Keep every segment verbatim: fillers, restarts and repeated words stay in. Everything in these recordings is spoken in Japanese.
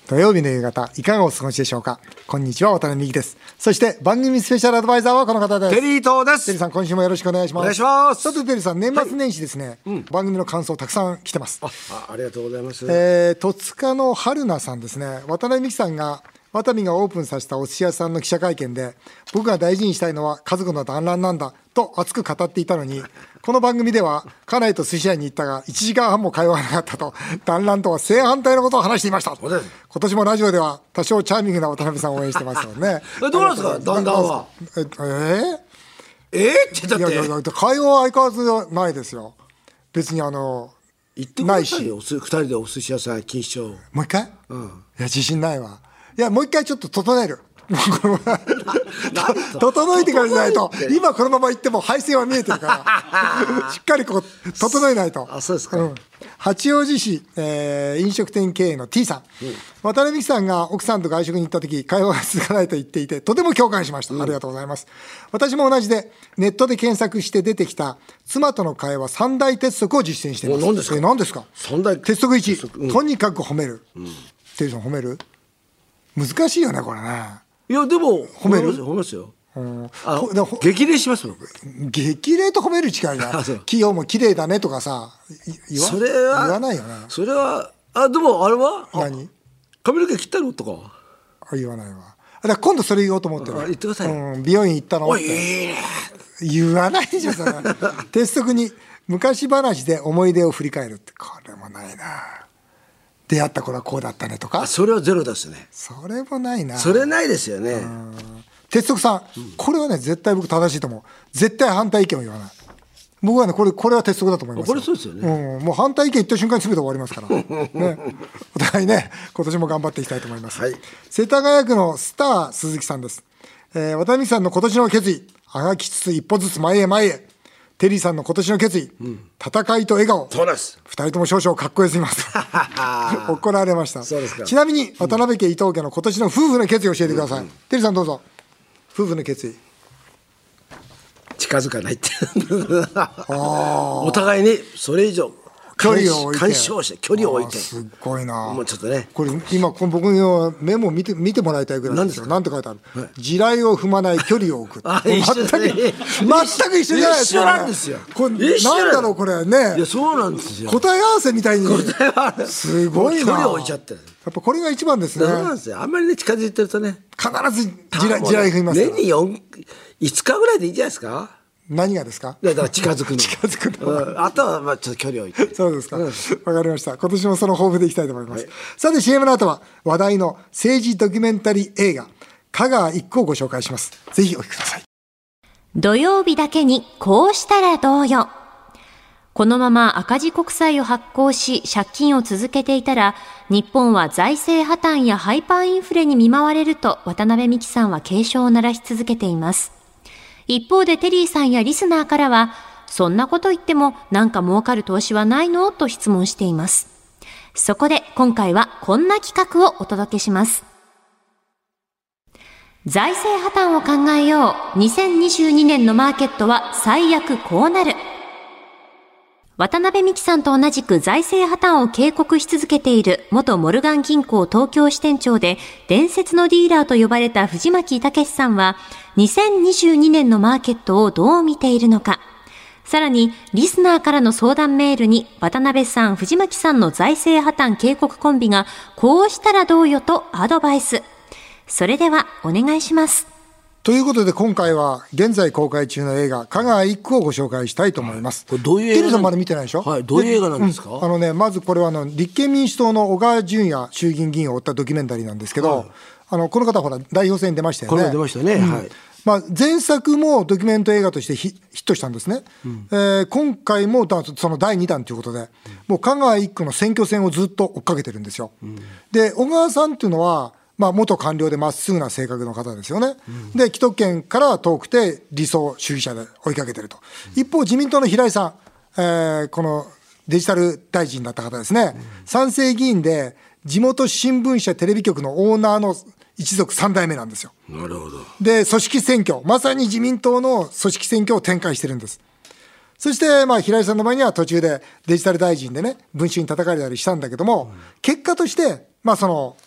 土曜日の夕方いかがお過ごしでしょうか。こんにちは、渡辺美希です。そして番組スペシャルアドバイザーはこの方です。 テリー東です。 テリーさん、今週もよろしくお願いします。 お願いします。 さてテリーさん、年末年始ですね、はい、うん、番組の感想たくさん来てます。 ああ、ありがとうございます。 えー、戸塚の春菜さんですね。渡辺美希さんがワタミがオープンさせたお寿司屋さんの記者会見で、僕が大事にしたいのは家族の団らんなんだと熱く語っていたのに、この番組では家内と寿司屋に行ったがいちじかんはんも会話がなかったと、団らんとは正反対のことを話していました。今年もラジオでは多少チャーミングな渡辺さんを応援してますよね。 え、どうなんですか、団らんは。 えー、 えー、ってだっていやいやいや、 会話は相変わらずないですよ。別にあの行ってくださいよ、ふたりでお寿司屋さん錦糸町。 もう一回、 うん、 いや自信ないわ。いや、もう一回ちょっと整える。整えてからじゃないと、今このまま行っても配線は見えてるからしっかりこう整えないと。 あ、そうですか。 うん、八王子市、えー、飲食店経営の T さん、うん、渡辺美樹さんが奥さんと外食に行った時、会話が続かないと言っていてとても共感しました、うん、ありがとうございます。私も同じでネットで検索して出てきた妻との会話三大鉄則を実践しています。 何ですか。 え、何ですか。 三大鉄則いち、 うん、 とにかく褒める、うん、テリーさん褒める難しいよねこれね。 いやでも褒める褒めますよ。 うん、 あ激励します僕。 激励と褒める違いじゃん。企業も綺麗だねとかさ言わ、 それは言わないよね。 それはあ、でもあれは何髪の毛切ったのとかあ、言わないわ。だから今度それ言おうと思ってる。 言ってください、 うん、美容院行ったのっておい、いいね、 言わないでしょそれ。鉄則に昔話で思い出を振り返るって、これもないな。出会った頃はこうだったねとか。 それはゼロですね。 それもないな。 それないですよね。 鉄則さん、うん、これはね絶対僕正しいと思う。絶対反対意見を言わない。僕はねこれこれは鉄則だと思いますよ。 これそうですよね、 うん、もう反対意見言った瞬間に全て終わりますから、ね、お互いね今年も頑張っていきたいと思います、はい、世田谷区のスター鈴木さんです。えー、渡辺さんの今年の決意、あがきつつ一歩ずつ前へ前へ。テリーさんの今年の決意、うん、戦いと笑顔。 そうです。 二人とも少々かっこよすぎます怒られました。 そうですか。 ちなみに渡辺家伊藤家の今年の夫婦の決意を教えてください、うんうん、テリーさんどうぞ。夫婦の決意。 近づかないってお互いにそれ以上距離を置いて干渉して距離を置いて。 すっごいな。 もうちょっとね、 これ今この僕のメモを見て見てもらいたいぐらいなんですよ。なんて書いてある、はい、地雷を踏まない距離を置く。 あ、一緒だね、 全く全く一緒じゃないですか、ね、 一緒なんですよ。 これなんだろうこれね。 いやそうなんですよ。 答え合わせみたいにすごいな。 距離を置いちゃってる。 やっぱこれが一番ですね。 そうなんですよ。あんまりね近づいてるとね必ず地雷地雷踏みますから。 年によん、いつかぐらいでいいんじゃないですか。 何がですか。 だから近づくの近づくの、 うん、あとはまあちょっと距離を置いて。 そうですか、わ、うん、かりました。今年もその抱負でいきたいと思います、はい、さて シーエム の後は話題の政治ドキュメンタリー映画香川一区をご紹介します。ぜひお聞きください。 土曜日だけにこうしたらどうよ。このまま赤字国債を発行し借金を続けていたら日本は財政破綻やハイパーインフレに見舞われると渡辺美樹さんは警鐘を鳴らし続けています。一方でテリーさんやリスナーからはそんなこと言ってもなんか儲かる投資はないのと質問しています。そこで今回はこんな企画をお届けします。財政破綻を考えよう。にせんにじゅうにねんのマーケットは最悪こうなる。渡辺美樹さんと同じく財政破綻を警告し続けている元モルガン銀行東京支店長で伝説のディーラーと呼ばれた藤巻武さんはにせんにじゅうにねんのマーケットをどう見ているのか。さらにリスナーからの相談メールに渡辺さん、藤巻さんの財政破綻警告コンビがこうしたらどうよとアドバイス。それではお願いします。 ということで今回は現在公開中の映画香川一区をご紹介したいと思います。 これどういう映画。 テリーさんまだ見てないでしょ。 はい、どういう映画なんですか。 うん、あのね、まずこれはあの立憲民主党の小川淳也衆議院議員を追ったドキュメンタリーなんですけど、はい、あのこの方ほら代表選に出ましたよね。 これ出ましたね、うん、はい。 まあ、前作もドキュメント映画としてヒットしたんですね、うんえー、今回もそのだいにだんということで、うん、もう香川一区の選挙戦をずっと追っかけてるんですよ、うん、で小川さんっていうのはまあ、元官僚でまっすぐな性格の方ですよね、うん、で既得権からは遠くて理想主義者で追いかけてると、うん、一方自民党の平井さん、えー、このデジタル大臣だった方ですね、うん、参政議員で地元新聞社テレビ局のオーナーの一族さん代目なんですよ。 なるほど。 で組織選挙、まさに自民党の組織選挙を展開してるんです。そしてまあ平井さんの場合には途中でデジタル大臣でね文春に叩かれたりしたんだけども、うん、結果としてまあその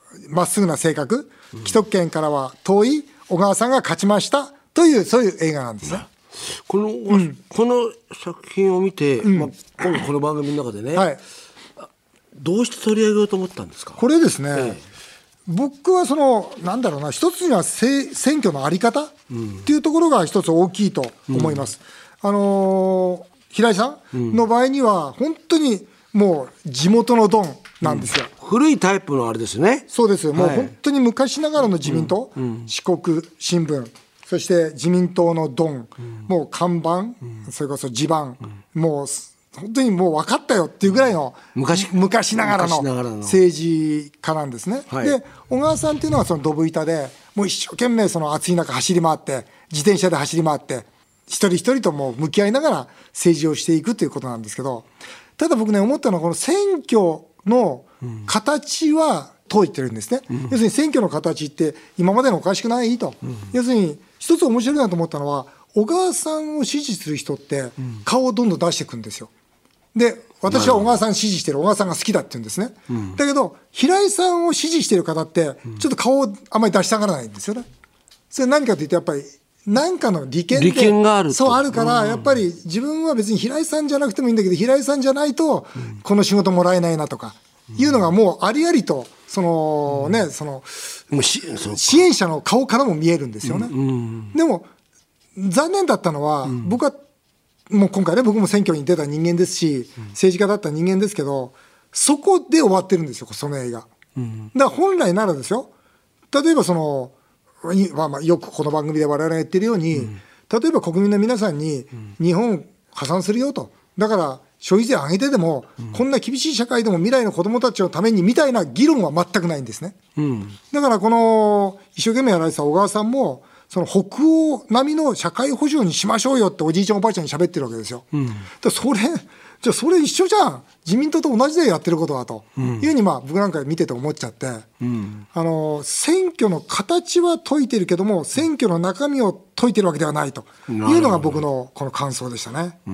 まっすぐな性格、既得権からは遠い小川さんが勝ちましたという、そういう映画なんですね。 この、うん、この作品を見て、うん、まあ、今回この番組の中でね、はい、どうして取り上げようと思ったんですか？ これですね、ええ、僕はそのなんだろうな、一つには選挙の在り方っていうところが一つ大きいと思います。うん、あのー、平井さんの場合には本当にもう地元のドンなんですよ。 うん、古いタイプのあれですね。 そうですよ。もう本当に昔ながらの自民党、うんうん、四国新聞、そして自民党のドン、うん、もう看板、うん、それこそ地盤、うん、もう本当にもう分かったよっていうぐらいの、うん、昔, 昔ながらの政治家なんですね。はい、で小川さんっていうのはそのドブ板でもう一生懸命その暑い中走り回って、自転車で走り回って一人一人とも向き合いながら政治をしていくということなんですけど、ただ僕ね思ったのはこの選挙の形は問いてるんですね。うん、要するに選挙の形って今までのおかしくないと、うん、要するに一つ面白いなと思ったのは、小川さんを支持する人って顔をどんどん出していくんですよ。で私は小川さん支持してる、小川さんが好きだって言うんですね。うん、だけど平井さんを支持している方ってちょっと顔をあまり出したがらないんですよね。それ何かというとやっぱり何かの利権で利権があると、 そうあるから、やっぱり自分は別に平井さんじゃなくてもいいんだけど、平井さんじゃないとこの仕事もらえないなとかいうのがもうありありとそのね、その支援者の顔からも見えるんですよね。でも残念だったのは、僕はもう今回ね、僕も選挙に出た人間ですし、政治家だった人間ですけど、そこで終わってるんですよ、その映画。だから本来ならですよ、例えばその、まあ、まあよくこの番組で我々が言ってるように、例えば国民の皆さんに日本破産するよと、だから消費税上げてでも、こんな厳しい社会でも未来の子どもたちのためにみたいな議論は全くないんですね。だからこの一生懸命やられてた小川さんも、その北欧並みの社会保障にしましょうよっておじいちゃんおばあちゃんに喋ってるわけですよ。うん、だそれじゃあそれ一緒じゃん、自民党と同じでやってることはと、うん、いうふうにまあ僕なんか見てて思っちゃって、うん、あの選挙の形は解いてるけども選挙の中身を解いてるわけではないというのが僕のこの感想でしたね。うん、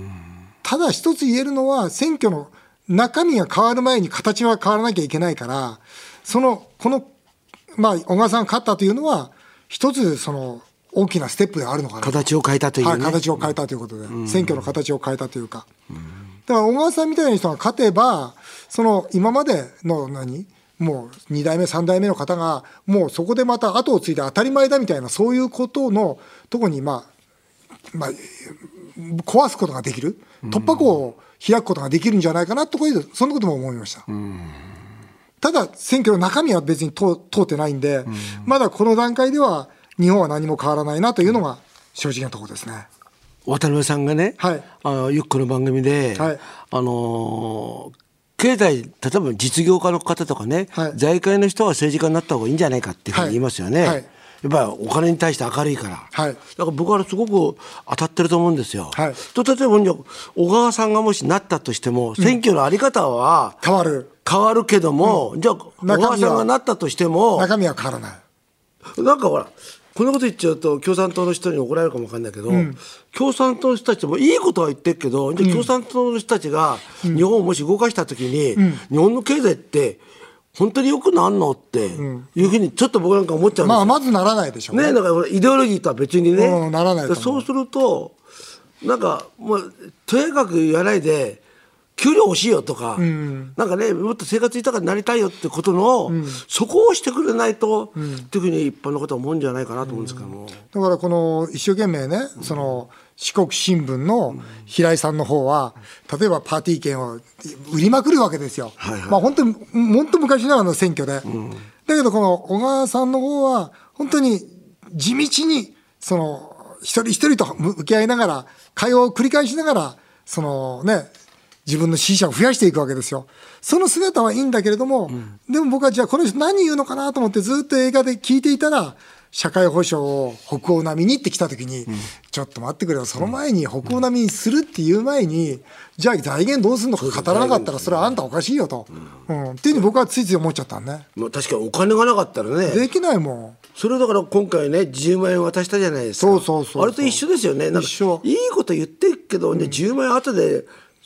ただ一つ言えるのは、選挙の中身が変わる前に形は変わらなきゃいけないから、そのこのまあ小川さんが勝ったというのは一つその大きなステップであるのかな、 形を変えたという、ね、はい、形を変えたということで、うん、選挙の形を変えたというか、うん、だから小川さんみたいな人が勝てば、その今までの何もうに代目さん代目の方がもうそこでまた後を継いで当たり前だみたいな、そういうことのところにまあ、まあ、壊すことができる、突破口を開くことができるんじゃないかなところで、そんなことも思いました。うん、ただ選挙の中身は別に通ってないんで、うん、まだこの段階では日本は何も変わらないなというのが正直なところですね。 渡辺さんがね、はい、あのよくこの番組で、はい、あの経済、例えば実業家の方とかね、はい、財界の人は政治家になった方がいいんじゃないかっていうふうに言いますよね。はいはい、やっぱりお金に対して明るいから、はい、だから僕はすごく当たってると思うんですよ。はい、と例えば小川さんがもしなったとしても、選挙のあり方は、うん、変わる変わるけども、うん、じゃあ小川さんがなったとしても中身は変わらない。 なんかほらこんなこと言っちゃうと共産党の人に怒られるかも分かんないけど、うん、共産党の人たちもいいことは言ってるけど、じゃあ共産党の人たちが日本をもし動かした時に、うん、日本の経済って本当によくなんのっていうふうにちょっと僕なんか思っちゃうんですよ。 まあ、まずならないでしょうね。 ね、だからイデオロギーとは別にね、 うん、ならないと思う。 そうするとなんかもうとにかく言わないで給料欲しいよとか、うん、なんかね、もっと生活豊かになりたいよってことの、うん、そこをしてくれないと、うん、っていうふうに一般の方は思うんじゃないかなと思うんですけども、うん、 だからこの一生懸命ね、その四国新聞の平井さんの方は、例えばパーティー券を売りまくるわけですよ。はいはい、まあ本当に本当昔ながらの選挙で、うん、だけどこの小川さんの方は本当に地道にその一人一人と向き合いながら会話を繰り返しながらそのね自分の支持者を増やしていくわけですよ。その姿はいいんだけれども、うん、でも僕はじゃあこの人何言うのかなと思ってずっと映画で聞いていたら、社会保障を北欧並みにってきた時に、うん、ちょっと待ってくれよ、その前に北欧並みにするっていう前に、うん、じゃあ財源どうするのか語らなかったらそれはあんたおかしいよと、うんうん、っていうふうに僕はついつい思っちゃったんね。 確かにお金がなかったらねできないもん。 それだから今回ねじゅうまんえん渡したじゃないですか。 そうそうそうそう、 あれと一緒ですよね。なんかいいこと言ってるけど、ね、じゅうまんえん後で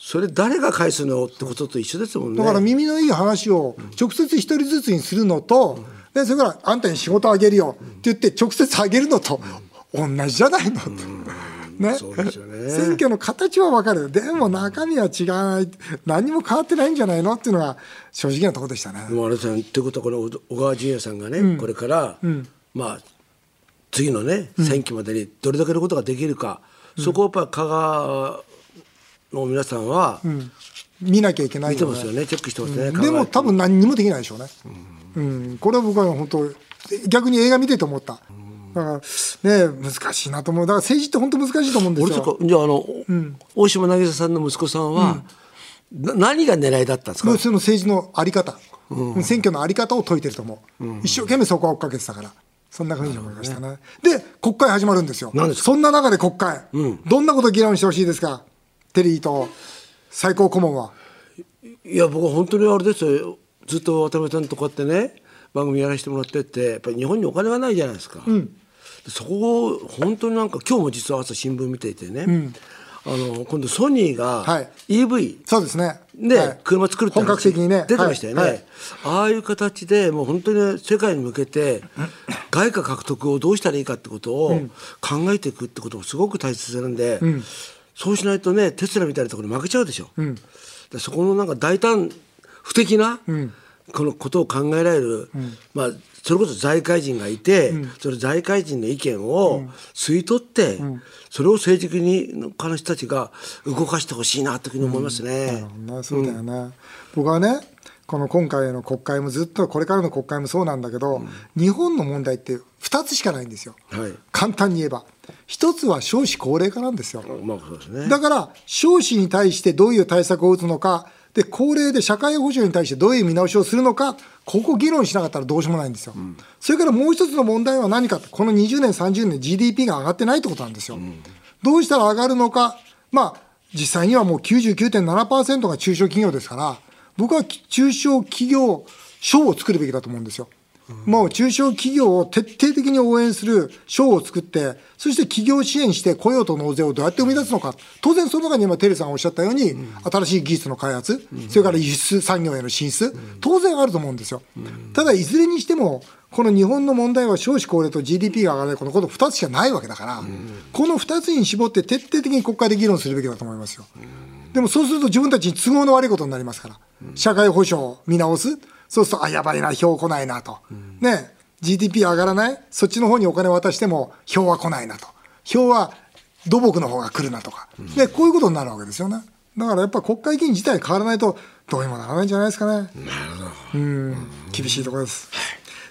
それ誰が返すのってことと一緒ですもんね。 だから耳のいい話を直接一人ずつにするのと、うん、でそれからあんたに仕事あげるよって言って直接あげるのと同じじゃないのと、うんね、そうですよね。選挙の形は分かる、でも中身は違わない、何も変わってないんじゃないのっていうのが正直なところでしたね。 でもあれさんってことはこの小川淳也さんがね、うん、これから、うん、まあ次のね選挙までにどれだけのことができるか、うん、そこをやっぱ香川の皆さんは、うん、 見なきゃいけないよね。 見てますよね、チェックしてますね、 うん、でも多分何にもできないでしょうね、うんうん、これは僕は本当逆に映画見てて思った。だからね難しいなと思う。だから政治って本当難しいと思うんですよ。 俺とかじゃああの、うん、大島渚さんの息子さんは、うん、何が狙いだったんですか。 その政治の在り方、うん、選挙の在り方を説いてると思う、うん、一生懸命そこは追っかけてたから、そんな感じに思いましたね。ねで国会始まるんですよ。 何ですか。 そんな中で国会、うん、どんなことを議論してほしいですか、テリーと最高顧問は。 いや僕は本当にあれですよ、ずっと渡辺さんとこうやってね番組やらせてもらってってやっぱり日本にお金がないじゃないですか、うん、そこを本当になんか今日も実は朝新聞見ていてね、うん、あの今度ソニーが イーブイ、はい、 そうですね、 で、 はい、 車作るって話本格的にね出てましたよね、はいはい、ああいう形でもう本当に世界に向けて外貨獲得をどうしたらいいかってことを考えていくってこともすごく大切なんで、うん、そうしないとねテスラみたいなところに負けちゃうでしょ、うん、でそこのなんか大胆不敵な、うんこのことを考えられる、うんまあ、それこそ財界人がいて、うん、その財界人の意見を吸い取って、うん、それを政治家の人たちが動かしてほしいなというふうに思いますね、うん、なるほどね。 そうだよね、うん、僕はねこの今回の国会もずっとこれからの国会もそうなんだけど、うん、日本の問題ってふたつしかないんですよ、はい、簡単に言えばひとつは少子高齢化なんですよ、まあそうですね、だから少子に対してどういう対策を打つのかで高齢で社会保障に対してどういう見直しをするのか、ここ議論しなかったらどうしようもないんですよ、うん、それからもう一つの問題は何か、このにじゅうねんさんじゅうねん ジーディーピー が上がってないってことなんですよ、うん、どうしたら上がるのか、まあ実際にはもう きゅうじゅうきゅうてんななパーセント が中小企業ですから、僕は中小企業省を作るべきだと思うんですよ、うん、もう中小企業を徹底的に応援する省を作って、そして企業支援して雇用と納税をどうやって生み出すのか、当然その中に今テレさんがおっしゃったように、うん、新しい技術の開発、うん、それから輸出産業への進出、うん、当然あると思うんですよ、うん、ただいずれにしてもこの日本の問題は少子高齢と ジーディーピー が上がらないこのことふたつしかないわけだから、うん、このふたつに絞って徹底的に国会で議論するべきだと思いますよ、うん、でもそうすると自分たちに都合の悪いことになりますから、うん、社会保障を見直す、そうするとあやばいな票来ないなと、うん、ねジーディーピー 上がらない、そっちの方にお金を渡しても票は来ないなと、票は土木の方が来るなとか、うん、でこういうことになるわけですよね。だからやっぱ国会議員自体変わらないとどうにもならないんじゃないですかね。なるほど、うん厳しいところです、はい、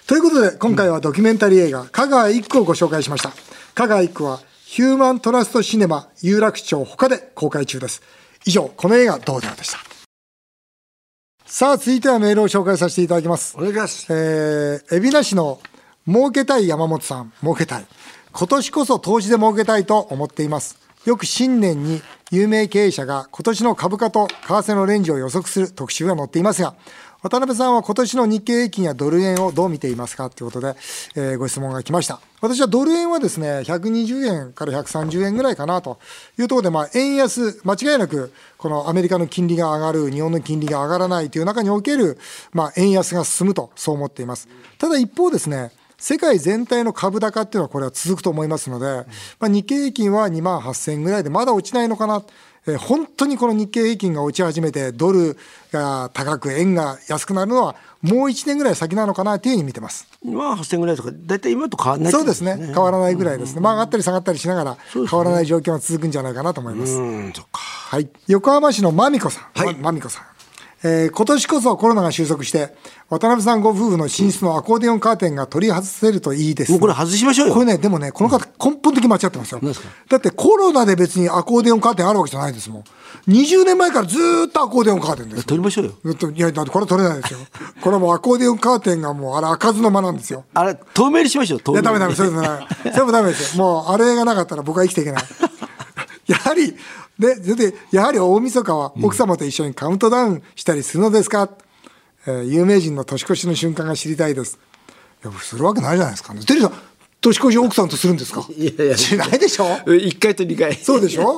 ということで今回はドキュメンタリー映画香川一区をご紹介しました。香川一区はヒューマントラストシネマ有楽町他で公開中です。以上、この映画どうだろうでした。さあ続いてはメールを紹介させていただきます。 お願いします。 えー、海老名市の儲けたい山本さん、儲けたい、今年こそ投資で儲けたいと思っています。よく新年に有名経営者が今年の株価と為替のレンジを予測する特集が載っていますが、渡辺さんは今年の日経平均やドル円をどう見ていますかということで、えー、ご質問が来ました。私はドル円はですねひゃくにじゅうえんからひゃくさんじゅうえんぐらいかなというところで、まあ円安、間違いなくこのアメリカの金利が上がる、日本の金利が上がらないという中における、まあ円安が進むとそう思っています。ただ一方ですね、世界全体の株高っていうのはこれは続くと思いますので、まあ、日経平均はにまんはっせんえんぐらいでまだ落ちないのかな。えー、本当にこの日経平均が落ち始めてドルが高く円が安くなるのはもういちねんぐらい先なのかなというふうに見てます。 にまんはっせんえんぐらいとかだいたい今と変わらない、ね、 そうですね、変わらないぐらいですね、まあ、上がったり下がったりしながら変わらない状況が続くんじゃないかなと思います。 うん、そっか、 はい、横浜市のまみこさん、はい、まみこさん、えー、今年こそコロナが収束して渡辺さんご夫婦の寝室のアコーディオンカーテンが取り外せるといいです、ね、 もうこれ外しましょうよ。 これね、でもねこの方根本的に間違ってますよ。だってコロナで別にアコーディオンカーテンあるわけじゃないですもん。にじゅうねんまえからずーっとアコーディオンカーテンです。 取りましょうよ。 いやだってこれは取れないですよ。これはもうアコーディオンカーテンがもうあれ開かずの間なんですよ。 あれ透明にしましょう。透明に。 いやダメダメ、それもダメそれもダメですよ。もうあれがなかったら僕は生きていけないやはりで、それでやはり大晦日は奥様と一緒にカウントダウンしたりするのですか、うんえー、有名人の年越しの瞬間が知りたいです。いやするわけないじゃないですか、ね、テリーさん年越し奥さんとするんですか。 いやいやしないでしょ。 いっかいとにかい。 そうでしょ。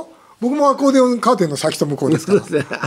僕もアコーディオンカーテンの先と向こうですから。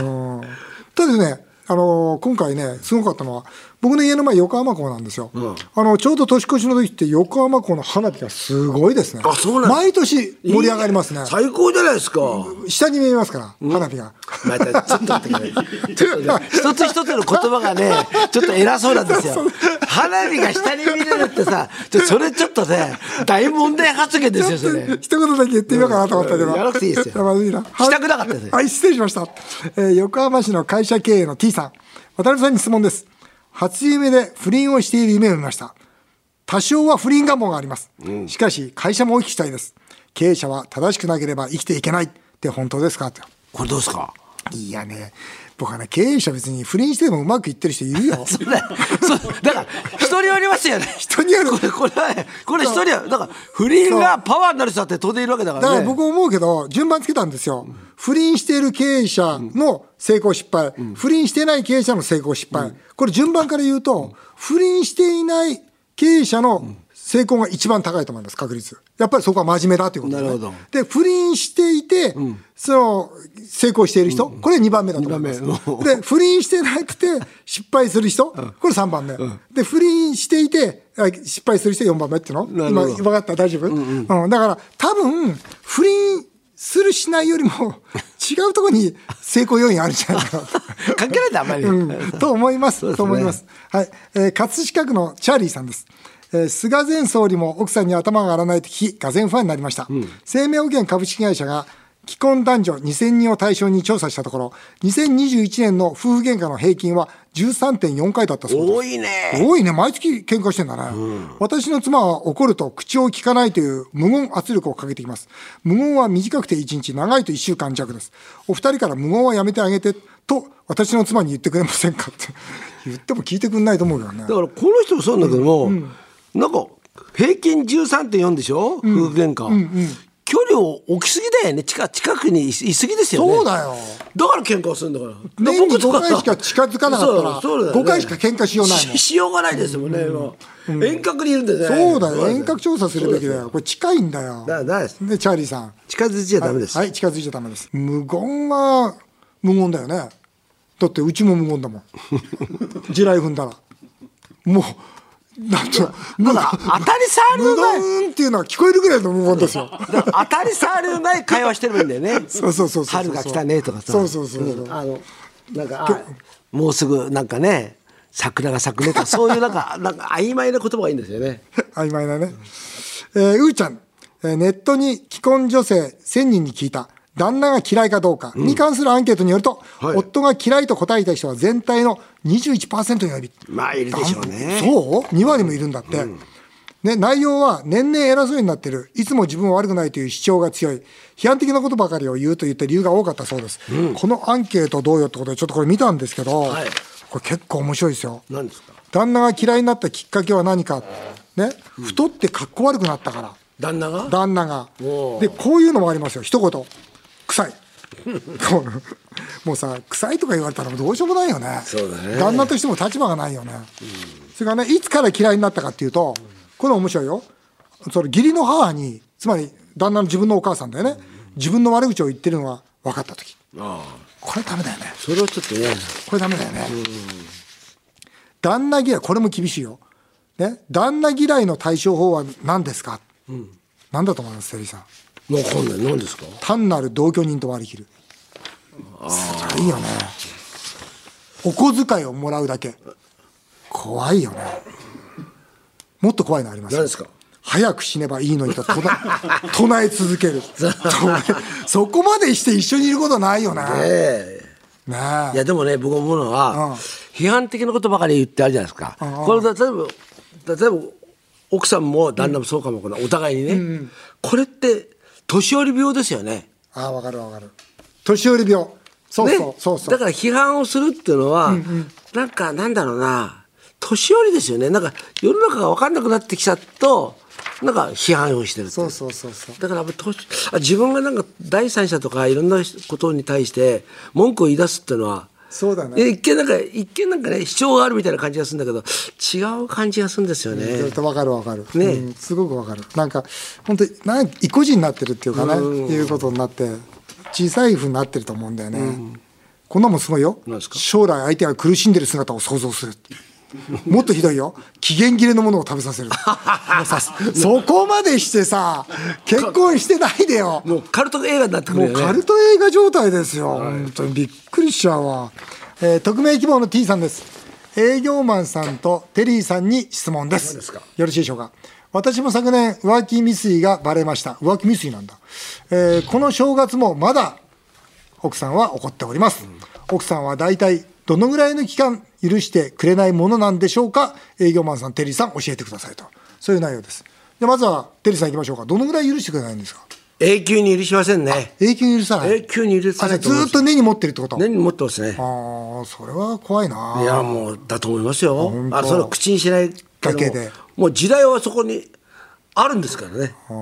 うん、ただね、あのー、今回ねすごかったのは、僕の家の前横浜港なんですよ、うん、あのちょうど年越しの時って横浜港の花火がすごいですね。 あ、そうなんです。 毎年盛り上がりますね。 最高じゃないですか。 下に見えますから、うん、花火が。 またちょっと待ってください。ちょっとね、一つ一つの言葉がねちょっと偉そうなんですよ。花火が下に見れるってさ、ちょそれちょっとね大問題発言ですよそれ。 一言だけ言ってみようかなと思ったけど、うん、 やらなくていいですよ。 まずいな。 したくなかったです。 はい、失礼しました。えー、横浜市の会社経営の T さん、渡辺さんに質問です。初夢で不倫をしている夢を見ました。多少は不倫願望があります、うん、しかし会社も大きくしたいです。経営者は正しくなければ生きていけないって本当ですかって。 これどうですか。 いやね、僕はね、経営者別に不倫してもうまくいってる人いるよ。 それだから人によりますよね。 人による。 これこれはね、これ人にはだから不倫がパワーになる人だって当然いるわけだからね。 だから僕思うけど順番つけたんですよ、うん、不倫している経営者の成功失敗、うん、不倫していない経営者の成功失敗、うん、これ順番から言うと、うん、不倫していない経営者の成功が一番高いと思います、確率。やっぱりそこは真面目だということで、ね、 なるほど。 で不倫していて、うん、その成功している人、うん、これにばんめだと思います。で不倫してなくて失敗する人、うん、これさんばんめ、うん、で不倫していて失敗する人よんばんめっていうの。今分かった？大丈夫？うんうんうん、だから多分不倫するしないよりも違うところに成功要因あるんじゃないかな関係ないんだあんまり、 うん、と思います、ね、と思います。はい、えー、葛飾区のチャーリーさんです。えー、菅前総理も奥さんに頭が上がらないと聞き、がぜんファンになりました、うん、生命保険株式会社が既婚男女にせんにんを対象に調査したところ、にせんにじゅういちねんの夫婦喧嘩の平均は じゅうさんてんよんかいだったそうです。 多いね。 多いね。毎月喧嘩してんだね、うん、私の妻は怒ると口を聞かないという無言圧力をかけてきます。無言は短くていちにち、長いといっしゅうかん弱です。お二人から無言はやめてあげてと私の妻に言ってくれませんかって言っても聞いてくんないと思うよね。 だからこの人もそうなんだけども、うんうん、なんか平均 じゅうさんてんよん でしょ、うん、夫婦喧嘩、うんうん、距離を置きすぎだよね。近, 近くにいすぎですよね。 そうだよ。 だから喧嘩をするんだから。 年にごかいしか近づかなかったらそうそうだよ、ね、ごかいしか喧嘩しようないもん。 し, しようがないですもんね、うん、遠隔にいるんでね。 そうだよ、遠隔調査するべきだよ。これ近いんだよ。 だだですでチャーリーさん近づいちゃダメです。 はい、はい、近づいちゃダメです。無言は無言だよね。だってうちも無言だもん地雷踏んだらもうなんとなんか当たり障りのない無言っていうのは聞こえるぐらいの無言ですよ当たり障りのない会話してるんだよねそうそうそうそう、 春が来たねとかさ、 そうそうそうそう、 うん、あのなんかあもうすぐなんかね桜が咲くねとかそういうなんかなんか曖昧な言葉がいいんですよね曖昧なね、えー、うーちゃん、えー、ネットに既婚女性せんにんに聞いた旦那が嫌いかどうかに関するアンケートによると、うんはい、夫が嫌いと答えた人は全体の にじゅういちパーセント により、 まあいるでしょうね。 そうにわりもいるんだって、うんね、内容は年々偉そうになってる、いつも自分は悪くないという主張が強い、批判的なことばかりを言うといった理由が多かったそうです、うん、このアンケートどうよってことでちょっとこれ見たんですけど、はい、これ結構面白いですよ。 何ですか。 旦那が嫌いになったきっかけは何か、ね、うん、太ってかっこ悪くなったから。 旦那が旦那がでこういうのもありますよ。一言臭いもうさ臭いとか言われたらどうしようもないよね。 そうだね。 旦那としても立場がないよね、うん、それからねいつから嫌いになったかっていうと、これ面白いよ。それ義理の母に、つまり旦那の自分のお母さんだよね、うん、自分の悪口を言ってるのが分かった時、あこれダメだよね。 それはちょっとねこれダメだよね、うん、旦那嫌いこれも厳しいよ、ね、旦那嫌いの対処法は何ですか、うん、何だと思いますセリーさん。 分かんない。何ですか。 単なる同居人と割り切る。ああいいよね。お小遣いをもらうだけ怖いよね。もっと怖いのあります。 何ですか。 早く死ねばいいのにと唱え、唱え続けるそこまでして一緒にいることないよね。ねえねえ。いやでもね僕思うのは、うん、批判的なことばかり言ってあるじゃないですか、うん、これ例えば例えば奥さんも旦那もそうかも、うん、お互いにね、うんうん、これって年寄り病ですよね。 ああ分かる分かる。年寄り病。そうそう、ね、そうそう。 だから批判をするっていうのは、うんうん、なんかなんだろうな年寄りですよね。なんか世の中が分かんなくなってきちゃうとなんか批判をしてるって。 そうそうそうそう。 だから年あ自分がなんか第三者とかいろんなことに対して文句を言い出すっていうのはそうだね。 一見なんか一見なんかね主張があるみたいな感じがするんだけど違う感じがするんですよね。 うん、分かる分かる、ねうん、すごく分かる。なんか本当になんか意固地になってるっていうかね、うん、いうことになって小さい風になってると思うんだよね、うん、こんなもんすごいよ。将来相手が苦しんでる姿を想像するもっとひどいよ、期限切れのものを食べさせるもうさそこまでしてさ結婚してないでよ、 もうカルト映画になってくるよね。 もうカルト映画状態ですよ、はい、本当にびっくりしちゃうわ、えー、匿名希望の T さんです。営業マンさんとテリーさんに質問です。 ですか。 よろしいでしょうか。私も昨年浮気未遂がバレました。浮気未遂なんだ、えー、この正月もまだ奥さんは怒っております、うん、奥さんは大体どのぐらいの期間許してくれないものなんでしょうか。営業マンさん、テリーさん教えてくださいと、そういう内容です。でまずはテリーさんいきましょうか。どのぐらい許してくれないんですか。 永久に許しませんね。 永久に許さない。 永久に許さないと思います。 ずっと根に持ってるってこと。 根に持ってますね。 ああ、それは怖いな。 いやもうだと思いますよ。あ、それは口にしないだけでもう時代はそこにあるんですからね。 あ、うん、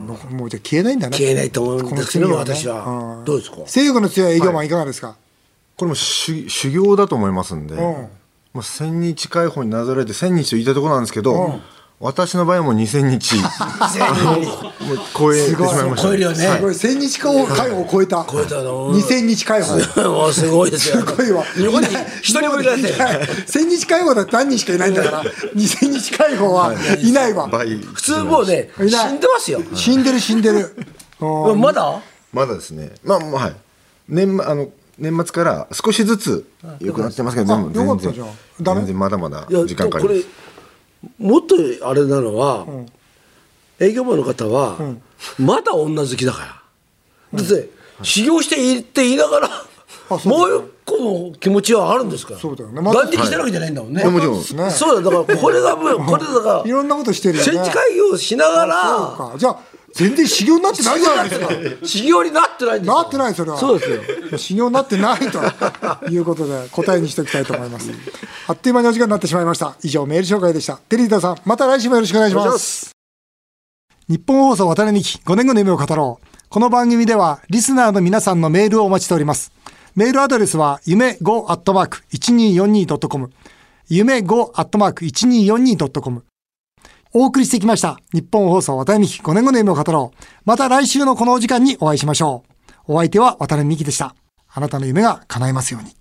もうじゃ消えないんだね。 消えないと思うんですけど、ね、私はどうですか。 性欲の強い営業マンいかがですか。はい、 これも修行だと思いますんで、うん、もう千日解放になぞらえて千日と言いたいところなんですけど、うん、私の場合はもうにせんにちもう超えてしまいました。 超えるよね。 すごい、千日解放を超えた。 超えたの。 にせんにち解放。 すごいですよ。 すごいわ。 日本に一人もいない。 千日解放だって何人しかいないんだから、にせんにち解放はいないわ。 普通もうね、死んでますよ。 死んでる死んでる。 まだ？ まだですね。まあはい。年あの年末から少しずつ良くなってますけど、全然全然まだまだ時間かかります。 もっとあれなのは、うん、営業マンの方は、うん、まだ女好きだから、うん、だって修行していいって言いながら、うん、もう一個の気持ちはあるんですから。 そうだよね。 断食してるわけじゃないんだもんね。 はい、もちろんね。 そうだ、だからこれがもうこれだからいろんなことしてるよね。 戦時会議をしながら、 そうか。じゃあ全然修行になってないじゃないですか。 修行になってないんですよ。 なってない、それは。 そうですよ。 修行になってないということで答えにしておきたいと思います。あっという間にお時間になってしまいました。以上、メール紹介でした。テリータさん、また来週もよろしくお願いします。日本放送渡辺美希ごねんごの夢を語ろう。この番組ではリスナーの皆さんのメールをお待ちしております。メールアドレスは夢 ご アットマーク いちにーよんにー ドットコム、夢 ご アットマーク いちにーよんにー ドットコム。お送りしてきました日本放送渡辺美希ごねんごの夢を語ろう。また来週のこのお時間にお会いしましょう。お相手は渡辺美希でした。あなたの夢が叶いますように。